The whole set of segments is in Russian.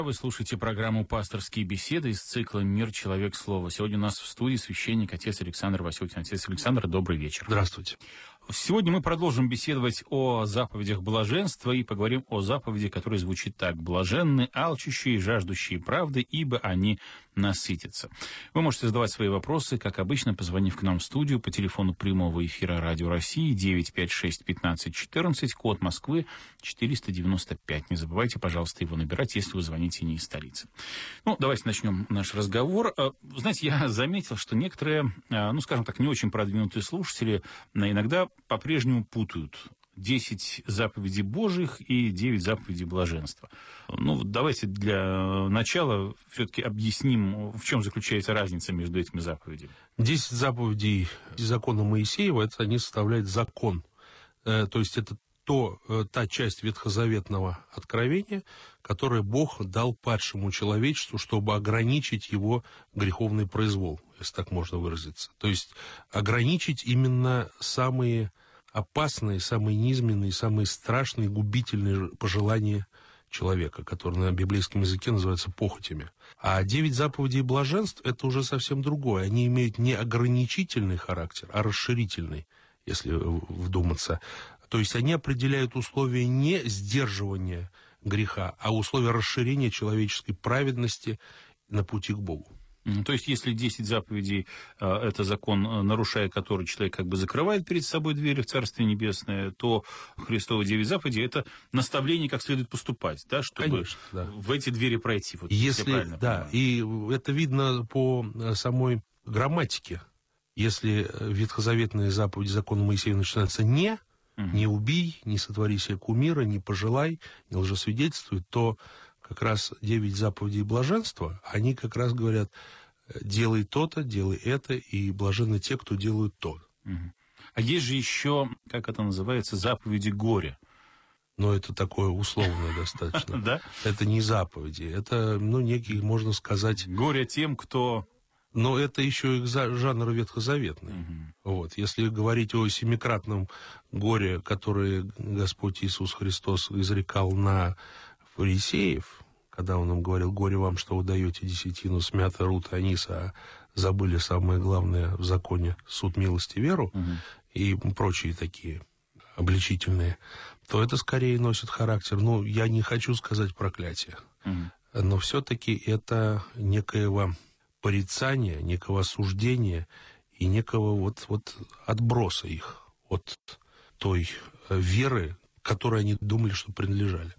Вы слушаете программу «Пасторские беседы» из цикла «Мир. Человек. Слово». Сегодня у нас в студии священник, отец Александр Васютин. Отец Александр, добрый вечер. Здравствуйте. Сегодня мы продолжим беседовать о заповедях блаженства и поговорим о заповеди, которая звучит так: «Блаженны алчущие и жаждущие правды, ибо они насытятся». Вы можете задавать свои вопросы, как обычно, позвонив к нам в студию по телефону прямого эфира Радио России 956-15-14, код Москвы 495. Не забывайте, пожалуйста, его набирать, если вы звоните не из столицы. Давайте начнем наш разговор. Знаете, я заметил, что некоторые, скажем так, не очень продвинутые слушатели иногда по-прежнему путают 10 заповедей Божьих и 9 заповедей блаженства. Давайте для начала все-таки объясним, в чем заключается разница между этими заповедями. 10 заповедей закона Моисеева, это они составляют закон. То есть это та часть ветхозаветного откровения, которое Бог дал падшему человечеству, чтобы ограничить его греховный произвол, если так можно выразиться. То есть ограничить именно самые опасные, самые низменные, самые страшные, губительные пожелания человека, которые на библейском языке называются похотями. А 9 заповедей блаженств – это уже совсем другое. Они имеют не ограничительный характер, а расширительный, если вдуматься. То есть они определяют условия не сдерживания греха, а условия расширения человеческой праведности на пути к Богу. То есть, если 10 заповедей – это закон, нарушая который человек как бы закрывает перед собой двери в Царствие Небесное, то Христовы 9 заповедей – это наставление, как следует поступать, да, чтобы Конечно, да. в эти двери пройти. Если, да, и это видно по самой грамматике. Если ветхозаветные заповеди закона Моисея начинаются «не», «не убий», «не сотвори себе кумира», «не пожелай», «не лжесвидетельствуй», то как раз 9 заповедей блаженства, они как раз говорят: делай то-то, делай это, и блаженны те, кто делают то. А есть же еще, как это называется, заповеди горя. Но это такое условное достаточно. Да? Это не заповеди, это, некий, можно сказать... Горе тем, кто... Но это еще и жанр ветхозаветный. Если говорить о семикратном горе, которое Господь Иисус Христос изрекал на фарисеев, когда Он им говорил: «Горе вам, что вы даете десятину смята, рута, аниса, а забыли самое главное в законе — суд, милость и веру», и прочие такие обличительные, то это скорее носит характер, я не хочу сказать проклятие, но все-таки это некоего порицания, некого осуждения и некого отброса их от той веры, к которой они думали, что принадлежали.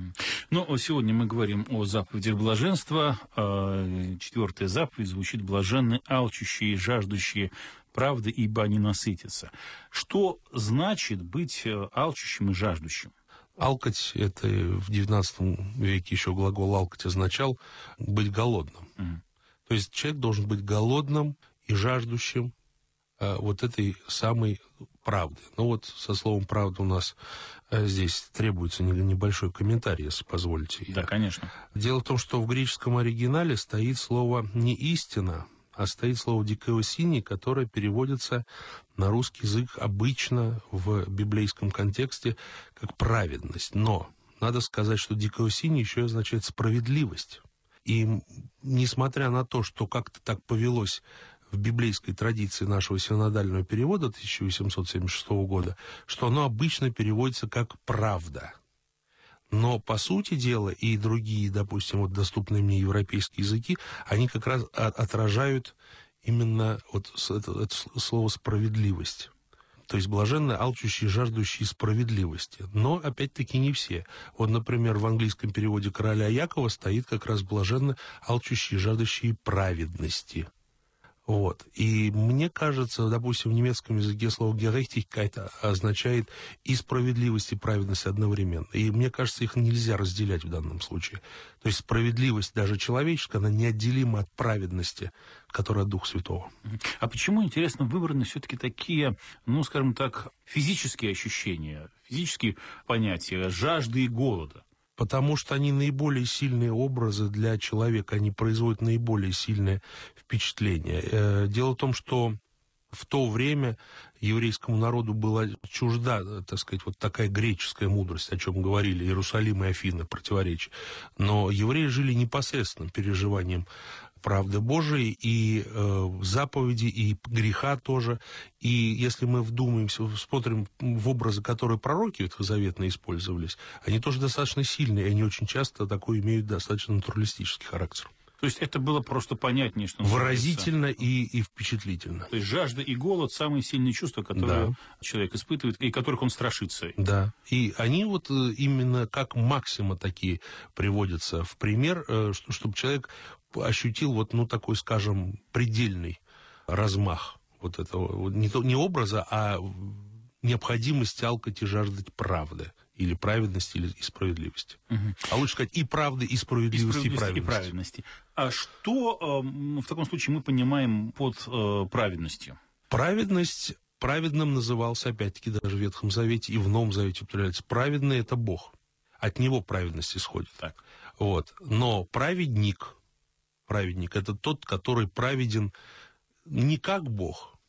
Сегодня мы говорим о заповедях блаженства. 4-я заповедь звучит: «Блаженны алчущие и жаждущие правды, ибо они насытятся». Что значит быть алчущим и жаждущим? Алкать — это в XIX веке еще глагол «алкать» означал быть голодным. То есть человек должен быть голодным и жаждущим этой самой правды. Со словом «правда» у нас здесь требуется небольшой комментарий, если позволите. Да, конечно. Дело в том, что в греческом оригинале стоит слово не «истина», а стоит слово «дикеосини», которое переводится на русский язык обычно в библейском контексте как «праведность». Но надо сказать, что дикеосини еще означает «справедливость». И несмотря на то, что как-то так повелось в библейской традиции нашего синодального перевода 1876 года, что оно обычно переводится как «правда». Но, по сути дела, и другие, допустим, доступные мне европейские языки, они как раз отражают именно это слово «справедливость». То есть блаженны алчущие, жаждущие справедливости. Но, опять-таки, не все. Например, в английском переводе короля Якова стоит как раз блаженны алчущие, жаждущие праведности. И мне кажется, допустим, в немецком языке слово «Gerechtigkeit» означает и справедливость, и праведность одновременно. И мне кажется, их нельзя разделять в данном случае. То есть справедливость, даже человеческая, она неотделима от праведности, которая от Духа Святого. А почему, интересно, выбраны все-таки такие, скажем так, физические ощущения, физические понятия жажды и голода? Потому что они наиболее сильные образы для человека, они производят наиболее сильное впечатление. Дело в том, что в то время еврейскому народу была чужда, так сказать, вот такая греческая мудрость, о чем говорили Иерусалим и Афины, противоречия. Но евреи жили непосредственным переживанием правды Божией и заповеди, и греха тоже. И если мы вдумаемся, смотрим в образы, которые пророки ветхозаветные использовались, они тоже достаточно сильные, и они очень часто такой имеют достаточно натуралистический характер. То есть это было просто понятнее, что выразительно и впечатлительно. То есть жажда и голод – самые сильные чувства, которые человек испытывает, и которых он страшится. Да, и они вот именно как максима такие приводятся в пример, чтобы человек ощутил вот, ну, такой, скажем, предельный размах вот этого, не образа, а необходимости алкать и жаждать правды. Или праведности, или справедливости. А лучше сказать и правды, и справедливости, и праведности. А что в таком случае мы понимаем под праведностью? Праведность, праведным назывался, опять-таки, даже в Ветхом Завете и в Новом Завете употребляется. Праведный – это Бог. От него праведность исходит. Так. Вот. Но праведник – это тот, который праведен не как Бог,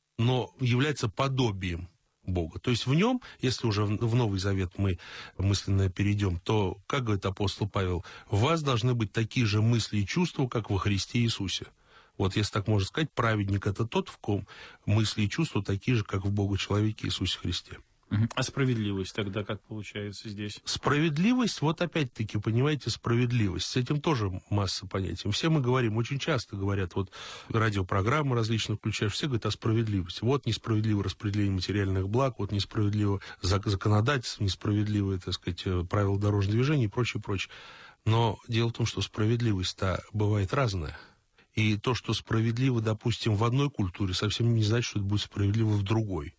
но является подобием Бога. То есть в нем, если уже в Новый Завет мы мысленно перейдем, то, как говорит апостол Павел, в вас должны быть такие же мысли и чувства, как во Христе Иисусе. Вот, если так можно сказать, праведник – это тот, в ком мысли и чувства такие же, как в Богу-человеке Иисусе Христе. А справедливость тогда как получается здесь? Справедливость, вот опять-таки, понимаете, справедливость. С этим тоже масса понятий. Все мы говорим, очень часто говорят, вот радиопрограммы различные включаешь, все говорят о справедливости. Вот несправедливое распределение материальных благ, вот несправедливое законодательство, несправедливое, так сказать, правила дорожного движения и прочее, прочее. Но дело в том, что справедливость-то бывает разная. И то, что справедливо, допустим, в одной культуре, совсем не значит, что это будет справедливо в другой.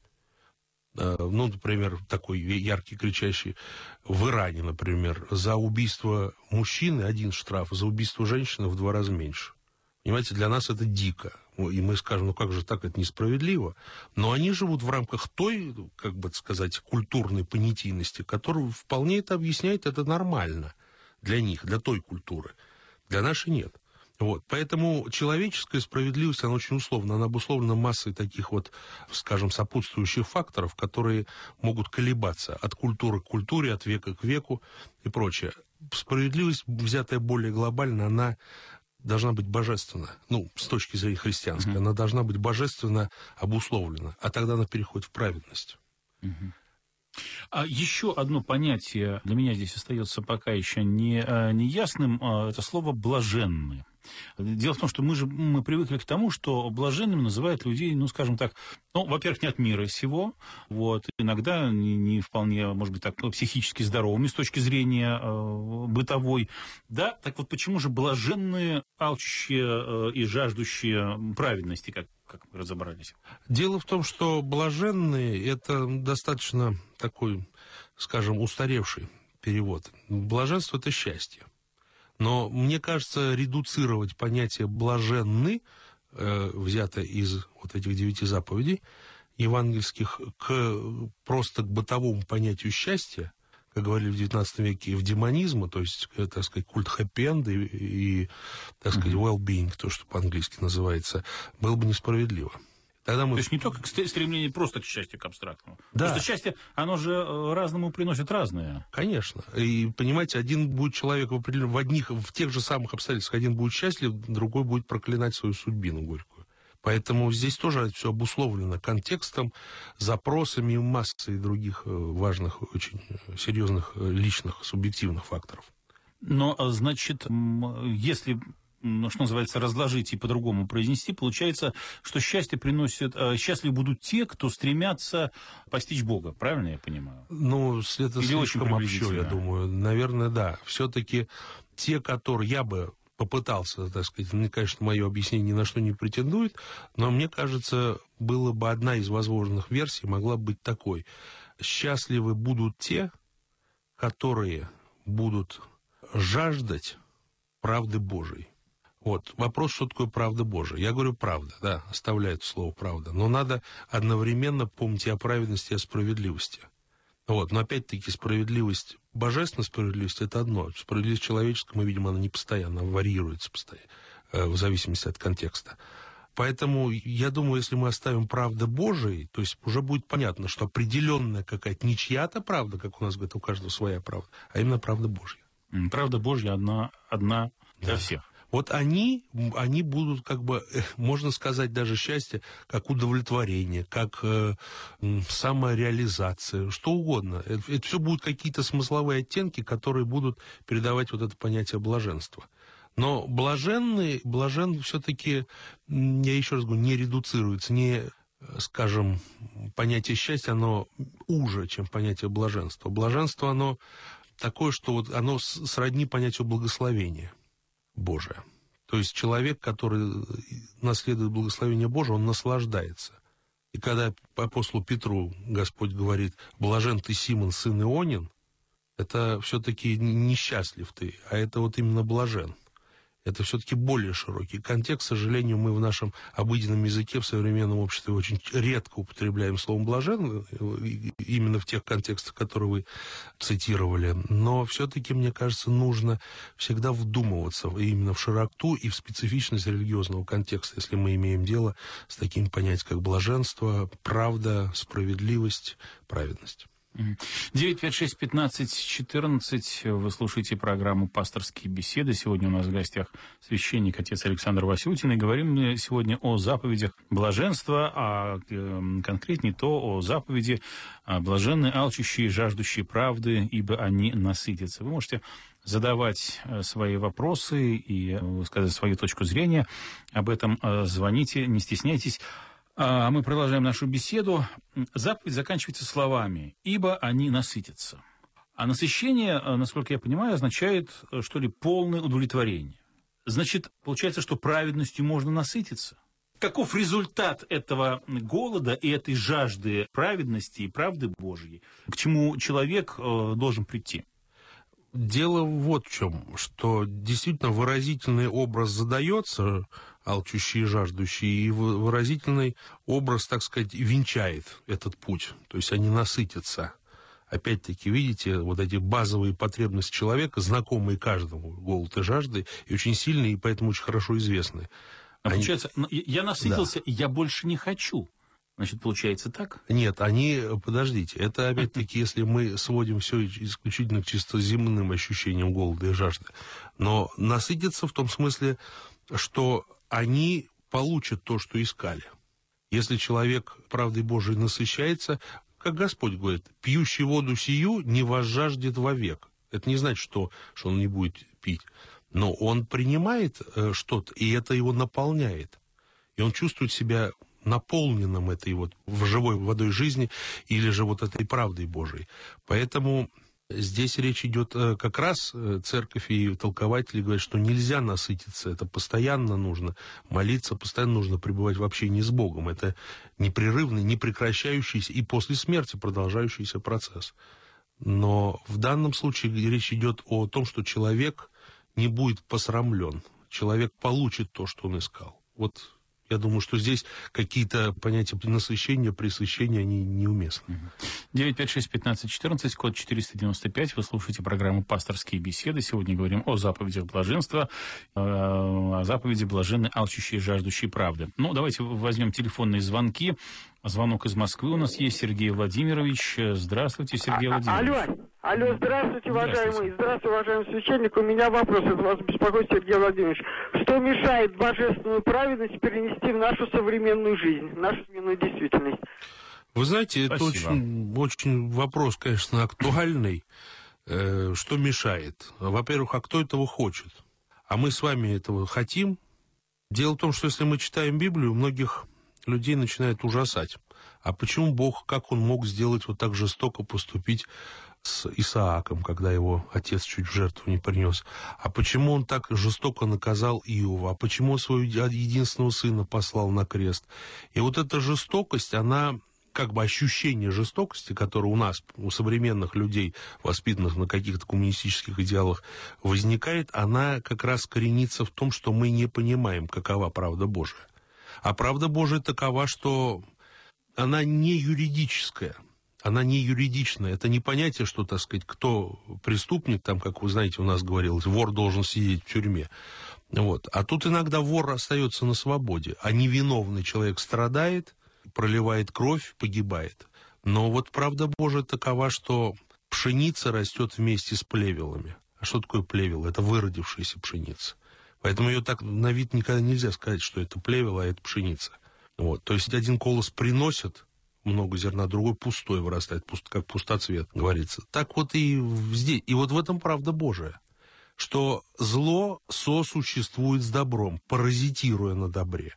Ну, например, такой яркий, кричащий в Иране, например, за убийство мужчины 1 штраф, за убийство женщины в 2 раза меньше. Понимаете, для нас это дико. И мы скажем, ну как же так, это несправедливо. Но они живут в рамках той, как бы сказать, культурной понятийности, которая вполне это объясняет, это нормально для них, для той культуры. Для нашей нет. Вот. Поэтому человеческая справедливость, она очень условна. Она обусловлена массой таких вот, скажем, сопутствующих факторов, которые могут колебаться от культуры к культуре, от века к веку и прочее. Справедливость, взятая более глобально, она должна быть божественна. Ну, с точки зрения христианской. Она должна быть божественно обусловлена. А тогда она переходит в праведность. А еще одно понятие для меня здесь остается пока еще не ясным. Это слово «блаженны». Дело в том, что мы привыкли к тому, что блаженными называют людей, ну, скажем так, ну, во-первых, не от мира сего, вот, иногда не вполне, может быть, так, психически здоровыми с точки зрения бытовой, да, так вот почему же блаженные, алчущие и жаждущие праведности, как мы разобрались? Дело в том, что блаженные – это достаточно такой, скажем, устаревший перевод. Блаженство – это счастье. Но мне кажется, редуцировать понятие «блаженны», взятое из вот этих 9 заповедей евангельских, просто к бытовому понятию счастья, как говорили в XIX веке, в демонизма, то есть, так сказать, культ хэппи-энда и так сказать, well-being, то, что по-английски называется, было бы несправедливо. Тогда мы... То есть не только стремление просто к счастью, к абстрактному. Да. Потому что счастье, оно же разному приносит разное. Конечно. И, понимаете, один будет человек в тех же самых обстоятельствах, один будет счастлив, другой будет проклинать свою судьбину горькую. Поэтому здесь тоже все обусловлено контекстом, запросами и массой других важных, очень серьезных личных, субъективных факторов. Но, значит, если... что называется, разложить и по-другому произнести, получается, что счастье приносит... Счастливы будут те, кто стремятся постичь Бога. Правильно я понимаю? Ну, это или слишком общо, я думаю. Наверное, да. Все-таки те, которые... Я бы попытался, так сказать, мне, конечно, мое объяснение ни на что не претендует, но мне кажется, было бы одна из возможных версий, могла быть такой. Счастливы будут те, которые будут жаждать правды Божией. Вот, вопрос, что такое правда Божия. Я говорю правда, да, оставляю это слово правда, но надо одновременно помнить и о праведности, и о справедливости. Вот, но опять-таки справедливость, божественная справедливость – это одно. Справедливость человеческая, мы видим, она не постоянно, она варьируется постоянно, в зависимости от контекста. Поэтому я думаю, если мы оставим правды Божией, то есть уже будет понятно, что определенная какая-то не чья-то правда, как у нас говорят, у каждого своя правда, а именно правда Божья. Правда Божья одна для всех. Вот они будут, как бы, можно сказать, даже счастье, как удовлетворение, как самореализация, что угодно. Это все будут какие-то смысловые оттенки, которые будут передавать вот это понятие блаженства. Но блажен все-таки, я еще раз говорю, не редуцируется, не, скажем, понятие счастья, оно уже, чем понятие блаженства. Блаженство, оно такое, что вот оно сродни понятию благословения Божие. То есть человек, который наследует благословение Божие, он наслаждается. И когда апостолу Петру Господь говорит: «Блажен ты, Симон, сын Ионин», это все-таки несчастлив ты, а это вот именно блажен. Это все-таки более широкий контекст. К сожалению, мы в нашем обыденном языке в современном обществе очень редко употребляем слово «блажен», именно в тех контекстах, которые вы цитировали. Но все-таки, мне кажется, нужно всегда вдумываться именно в широту и в специфичность религиозного контекста, если мы имеем дело с таким понятием, как блаженство, правда, справедливость, праведность. 956-15-14. Вы слушаете программу «Пасторские беседы». Сегодня у нас в гостях священник, отец Александр Васютин. И говорим мы сегодня о заповедях блаженства, а конкретнее то о заповеди «Блаженны алчущие и жаждущие правды, ибо они насытятся». Вы можете задавать свои вопросы и высказать свою точку зрения. Об этом звоните, не стесняйтесь. А мы продолжаем нашу беседу. Заповедь заканчивается словами «ибо они насытятся». А насыщение, насколько я понимаю, означает, что ли, полное удовлетворение. Значит, получается, что праведностью можно насытиться. Каков результат этого голода и этой жажды праведности и правды Божьей? К чему человек должен прийти? Дело вот в чем, что действительно выразительный образ задается, алчущий и жаждущий, и выразительный образ, так сказать, венчает этот путь, то есть они насытятся. Опять-таки, видите, вот эти базовые потребности человека, знакомые каждому, голод и жажда, и очень сильные, и поэтому очень хорошо известны. Получается, я насытился, да, и я больше не хочу. Значит, получается так? Нет, подождите, это опять-таки, если мы сводим все исключительно к чисто земным ощущениям голода и жажды. Но насытиться в том смысле, что они получат то, что искали. Если человек правдой Божией насыщается, как Господь говорит, пьющий воду сию не возжаждет вовек. Это не значит, что он не будет пить. Но он принимает что-то, и это его наполняет. И он чувствует себя наполненным этой вот живой водой жизни или же вот этой правдой Божией. Поэтому здесь речь идет как раз, церковь и толкователи говорят, что нельзя насытиться, это постоянно нужно молиться, постоянно нужно пребывать в общении с Богом. Это непрерывный, непрекращающийся и после смерти продолжающийся процесс. Но в данном случае речь идет о том, что человек не будет посрамлен, человек получит то, что он искал. Вот я думаю, что здесь какие-то понятия насыщения, пресыщения, они неуместны. 956-15-14, код 495. Вы слушаете программу «Пасторские беседы». Сегодня говорим о заповедях блаженства, о заповеди блаженны алчущие и жаждущие правды. Ну, давайте возьмем телефонные звонки. Звонок из Москвы у нас есть. Сергей Владимирович. Здравствуйте, Сергей Владимирович. Алло, здравствуйте, уважаемый. Здравствуйте, уважаемый священник. У меня вопрос от вас беспокоит, Сергей Владимирович. Что мешает божественную праведность перенести в нашу современную жизнь, в нашу современную действительность? Вы знаете, это очень вопрос, конечно, актуальный. Что мешает? Во-первых, а кто этого хочет? А мы с вами этого хотим? Дело в том, что если мы читаем Библию, многих людей начинает ужасать. А почему Бог, как он мог сделать вот так жестоко поступить с Исааком, когда его отец чуть в жертву не принес? А почему он так жестоко наказал Иова? А почему он своего единственного сына послал на крест? И вот эта жестокость, она, как бы ощущение жестокости, которое у нас, у современных людей, воспитанных на каких-то коммунистических идеалах, возникает, она как раз коренится в том, что мы не понимаем, какова правда Божия. А правда Божия такова, что она не юридическая, она не юридичная. Это не понятие, что, так сказать, кто преступник, там, как вы знаете, у нас говорилось, вор должен сидеть в тюрьме. Вот. А тут иногда вор остается на свободе, а невиновный человек страдает, проливает кровь, погибает. Но вот правда Божия такова, что пшеница растет вместе с плевелами. А что такое плевел? Это выродившаяся пшеница. Поэтому ее так на вид никогда нельзя сказать, что это плевел, а это пшеница. Вот. То есть один колос приносит много зерна, другой пустой вырастает, как пустоцвет, говорится. Так вот и здесь. И вот в этом правда Божия, что зло сосуществует с добром, паразитируя на добре.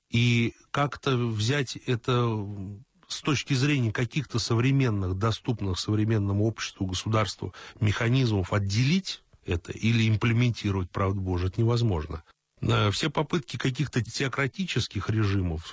И как-то взять это с точки зрения каких-то современных, доступных современному обществу, государству механизмов отделить это или имплементировать правду Божию, это невозможно. Все попытки каких-то теократических режимов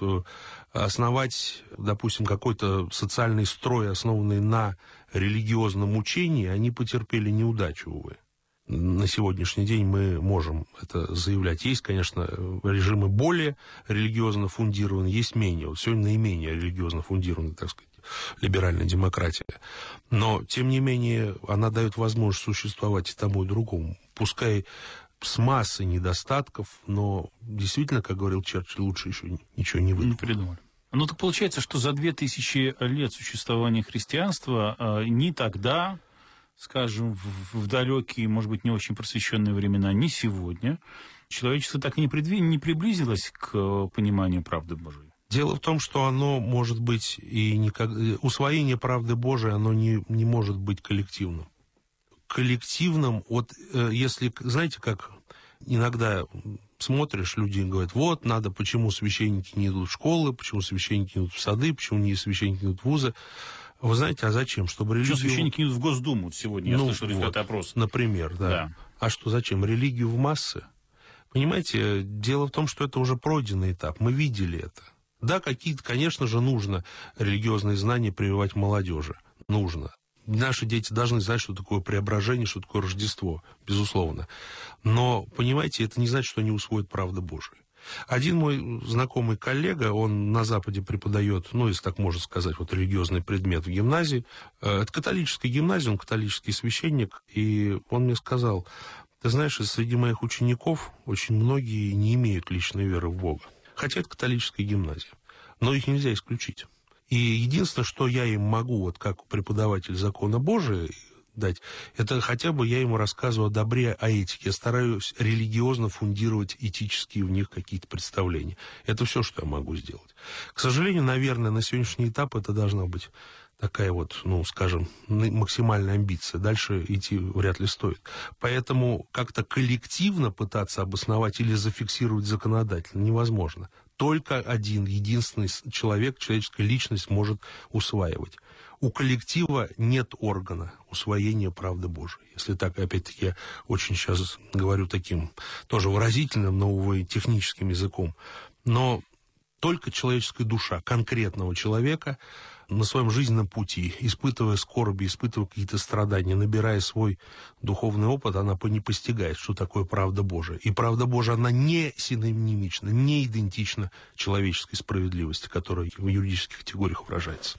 основать, допустим, какой-то социальный строй, основанный на религиозном учении, они потерпели неудачу, увы. На сегодняшний день мы можем это заявлять. Есть, конечно, режимы более религиозно фундированные, есть менее. Вот сегодня наименее религиозно фундированная, так сказать, либеральная демократия. Но, тем не менее, она дает возможность существовать и тому, и другому. Пускай с массой недостатков, но действительно, как говорил Черчилль, лучше еще ничего не выдумали. Не придумали. Ну, так получается, что за 2000 лет существования христианства ни тогда, скажем, в далекие, может быть, не очень просвещенные времена, ни сегодня человечество так и не приблизилось к пониманию правды Божией. Дело в том, что оно может быть и усвоение правды Божией, оно не может быть коллективным. Коллективным, вот если, знаете, как иногда смотришь, люди говорят, вот, надо, почему священники не идут в школы, почему священники не идут в сады, почему не священники не идут в вузы. Вы знаете, а зачем? Чтобы религию... Почему священники не идут в Госдуму сегодня? Я слышал результат опроса. Например, да. А что, зачем? Религию в массы? Понимаете, дело в том, что это уже пройденный этап. Мы видели это. Да, какие-то, конечно же, нужно религиозные знания прививать молодежи. Нужно. Наши дети должны знать, что такое преображение, что такое Рождество, безусловно. Но, понимаете, это не значит, что они усвоят правду Божию. Один мой знакомый коллега, он на Западе преподает, ну, если так можно сказать, вот религиозный предмет в гимназии. Это католическая гимназия, он католический священник, и он мне сказал, ты знаешь, среди моих учеников очень многие не имеют личной веры в Бога. Хотя это католическая гимназия, но их нельзя исключить. И единственное, что я им могу, вот как преподаватель закона Божия, дать, это хотя бы я ему рассказываю о добре, о этике. Я стараюсь религиозно фундировать этические в них какие-то представления. Это все, что я могу сделать. К сожалению, наверное, на сегодняшний этап это должна быть такая вот, ну, скажем, максимальная амбиция. Дальше идти вряд ли стоит. Поэтому как-то коллективно пытаться обосновать или зафиксировать законодательно невозможно. Только один, единственный человек, человеческая личность может усваивать. У коллектива нет органа усвоения правды Божией. Если так, опять-таки, я очень сейчас говорю таким тоже выразительным, но, увы, техническим языком. Но только человеческая душа конкретного человека на своем жизненном пути, испытывая скорби, испытывая какие-то страдания, набирая свой духовный опыт, она не постигает, что такое правда Божия. И правда Божия, она не синонимична, не идентична человеческой справедливости, которая в юридических категориях выражается.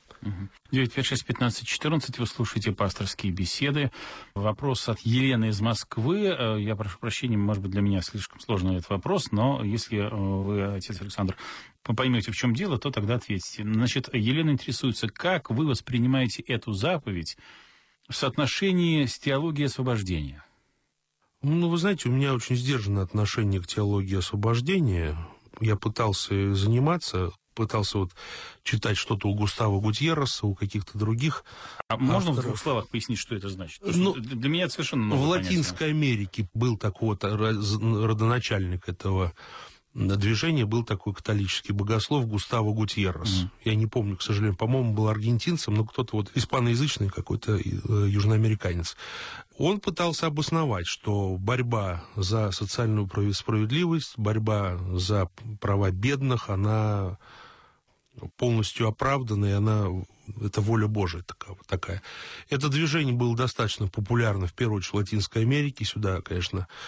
956-15-14, вы слушаете пасторские беседы. Вопрос от Елены из Москвы. Я прошу прощения, может быть, для меня слишком сложный этот вопрос, но если вы, отец Александр, поймете, в чем дело, то тогда ответьте. Значит, Елена интересуется, как вы воспринимаете эту заповедь в соотношении с теологией освобождения? Ну, вы знаете, у меня очень сдержанное отношение к теологии освобождения. Я пытался заниматься, пытался вот читать что-то у Густаво Гутьерреса, у каких-то других можно авторов. в двух словах пояснить, что это значит? Ну, для меня это совершенно новое понятие. В Латинской Америке был такой вот родоначальник этого движения, был такой католический богослов Густаво Гутьеррес. Я не помню, к сожалению, по-моему, был аргентинцем, но кто-то вот испаноязычный какой-то южноамериканец. Он пытался обосновать, что борьба за социальную справедливость, борьба за права бедных, она полностью оправдана, и это воля Божия такая. Это движение было достаточно популярно, в первую очередь, в Латинской Америке. Сюда, конечно,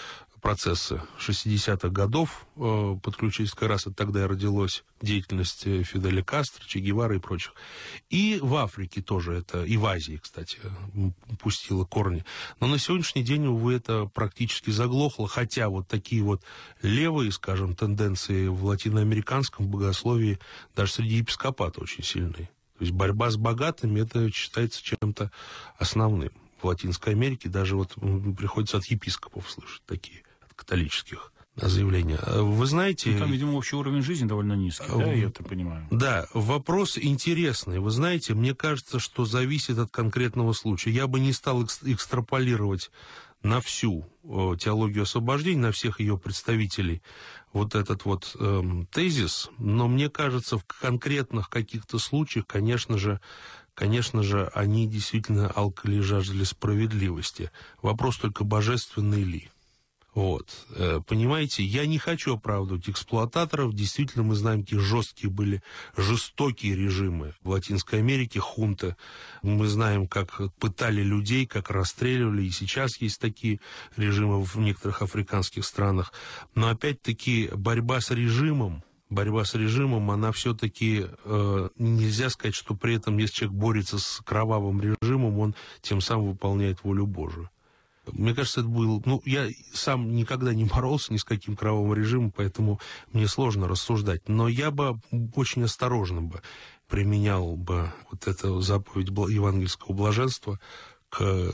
процессы 60-х годов подключились, как раз тогда и родилась деятельность Фиделя Кастро, Че Гевары и прочих. И в Африке тоже это, и в Азии, кстати, пустило корни. Но на сегодняшний день, увы, это практически заглохло, хотя вот такие вот левые, скажем, тенденции в латиноамериканском богословии даже среди епископата очень сильные. То есть борьба с богатыми, это считается чем-то основным. В Латинской Америке даже вот приходится от епископов слышать такие, от католических заявления. Вы знаете... Ну, там, видимо, общий уровень жизни довольно низкий, да, я это понимаю. Да, вопрос интересный. Вы знаете, мне кажется, что зависит от конкретного случая. Я бы не стал экстраполировать на всю теологию освобождения, на всех ее представителей вот этот вот тезис, но мне кажется, в конкретных каких-то случаях, конечно же, они действительно алкали и жаждали справедливости. Вопрос только, божественный ли. Вот. Понимаете, я не хочу оправдывать эксплуататоров. Действительно, мы знаем, какие жестокие режимы в Латинской Америке, хунты. Мы знаем, как пытали людей, как расстреливали. И сейчас есть такие режимы в некоторых африканских странах. Но опять-таки борьба с режимом, она все-таки, нельзя сказать, что при этом, если человек борется с кровавым режимом, он тем самым выполняет волю Божию. Мне кажется, это было... я сам никогда не боролся ни с каким кровавым режимом, поэтому мне сложно рассуждать. Но я бы очень осторожно применял бы вот эту заповедь евангельского блаженства к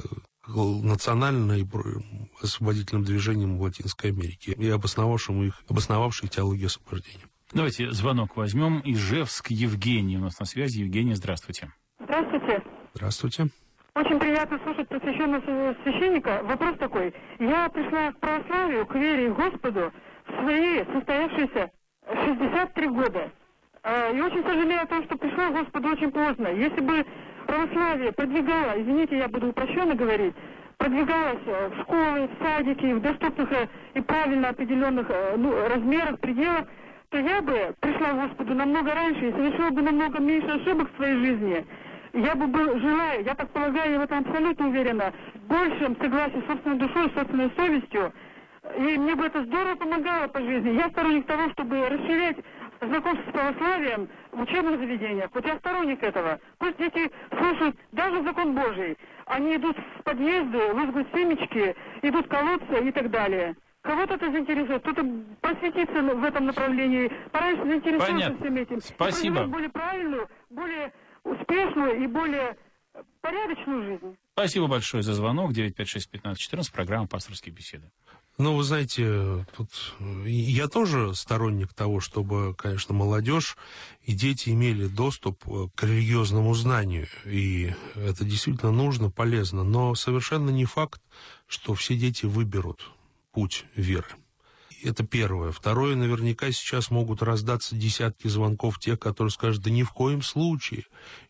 национально-освободительным движениям в Латинской Америке и обосновавшим их теологию освобождения. Давайте звонок возьмем. Ижевск, Евгений у нас на связи. Евгений, здравствуйте. Здравствуйте. Здравствуйте. Очень приятно слушать просвещенного священника. Вопрос такой. Я пришла к православию, к вере и Господу в свои состоявшиеся 63 года. И очень сожалею о том, что пришла к Господу очень поздно. Если бы православие продвигало, извините, я буду упрощенно говорить, продвигалось в школы, в садики, в доступных и правильно определенных размерах, пределах, то я бы пришла к Господу намного раньше и совершила бы намного меньше ошибок в своей жизни. Я бы желаю, я так полагаю, я в этом абсолютно уверена, в большем согласии с собственной душой, с собственной совестью. И мне бы это здорово помогало по жизни. Я сторонник того, чтобы расширять знакомство с православием в учебных заведениях. Вот я сторонник этого. Пусть дети слушают даже закон Божий. Они идут в подъезды, лузгают семечки, идут колоться и так далее. Кого-то это заинтересует, кто-то просветится в этом направлении, пораньше заинтересуется всем этим. Спасибо. И более правильную, более успешную и более порядочную жизнь. Спасибо большое за звонок. 956-1514, программа «Пасторские беседы». Вы знаете, тут я тоже сторонник того, чтобы, конечно, молодежь и дети имели доступ к религиозному знанию. И это действительно нужно, полезно. Но совершенно не факт, что все дети выберут путь веры. Это первое. Второе, наверняка сейчас могут раздаться десятки звонков тех, которые скажут, да ни в коем случае,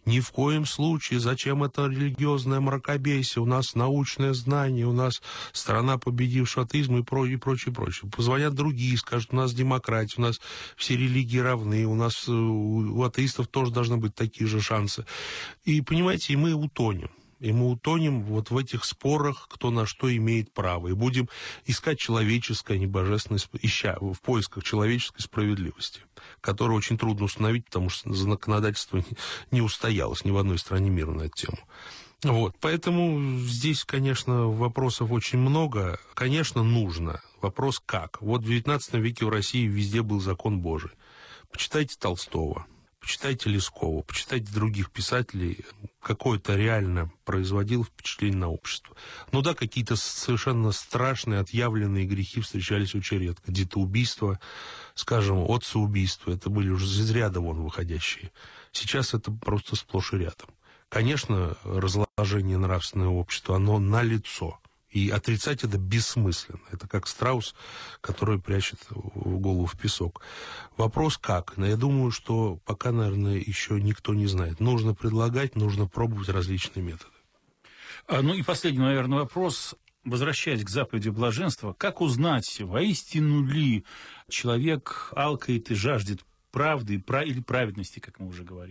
зачем это религиозное мракобесие, у нас научное знание, у нас страна, победившая атеизм и прочее. Позвонят другие, скажут, у нас демократия, у нас все религии равны, у нас у атеистов тоже должны быть такие же шансы. И, понимаете, мы утонем. И мы утонем вот в этих спорах, кто на что имеет право. И будем искать человеческое, а не божественное, в поисках человеческой справедливости, которую очень трудно установить, потому что законодательство не устоялось ни в одной стране мира на эту тему. Вот, поэтому здесь, конечно, вопросов очень много. Конечно, нужно. Вопрос как. Вот в XIX веке в России везде был закон Божий. Почитайте Толстого. Почитайте Лескова, почитайте других писателей, какое-то реально производило впечатление на общество. Какие-то совершенно страшные, отъявленные грехи встречались очень редко. Детоубийство, скажем, отцеубийство, это были уже из ряда вон выходящие. Сейчас это просто сплошь и рядом. Конечно, разложение нравственного общества, оно налицо. И отрицать это бессмысленно. Это как страус, который прячет голову в песок. Вопрос как? Но я думаю, что пока, наверное, еще никто не знает. Нужно предлагать, нужно пробовать различные методы. И последний, наверное, вопрос. Возвращаясь к заповеди блаженства, как узнать, воистину ли человек алкает и жаждет правды или праведности, как мы уже говорили?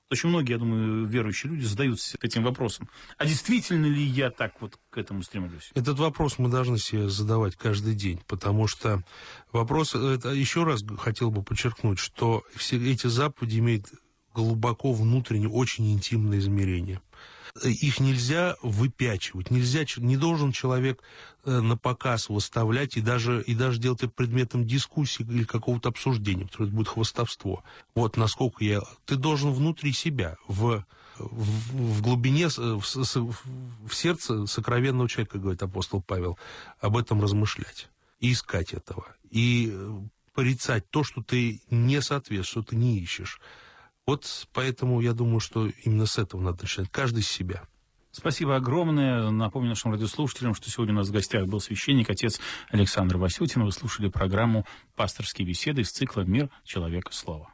Очень многие, я думаю, верующие люди задаются этим вопросом. А действительно ли я так вот к этому стремлюсь? Этот вопрос мы должны себе задавать каждый день, потому что вопрос, это еще раз хотел бы подчеркнуть, что все эти заповеди имеют глубоко внутреннее, очень интимное измерение. Их нельзя выпячивать, не должен человек на показ выставлять и даже делать это предметом дискуссии или какого-то обсуждения, потому что это будет хвастовство. Вот насколько ты должен внутри себя, в глубине, в сердце сокровенного человека, говорит апостол Павел, об этом размышлять и искать этого, и порицать то, что ты не соответствуешь, что ты не ищешь. Вот поэтому я думаю, что именно с этого надо начинать. Каждый с себя. Спасибо огромное. Напомню нашим радиослушателям, что сегодня у нас в гостях был священник, отец Александр Васютин. Вы слушали программу «Пасторские беседы» из цикла «Мир, человек, слово».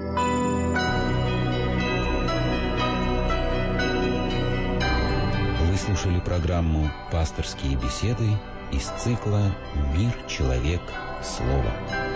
Вы слушали программу «Пасторские беседы» из цикла «Мир, человек, слово».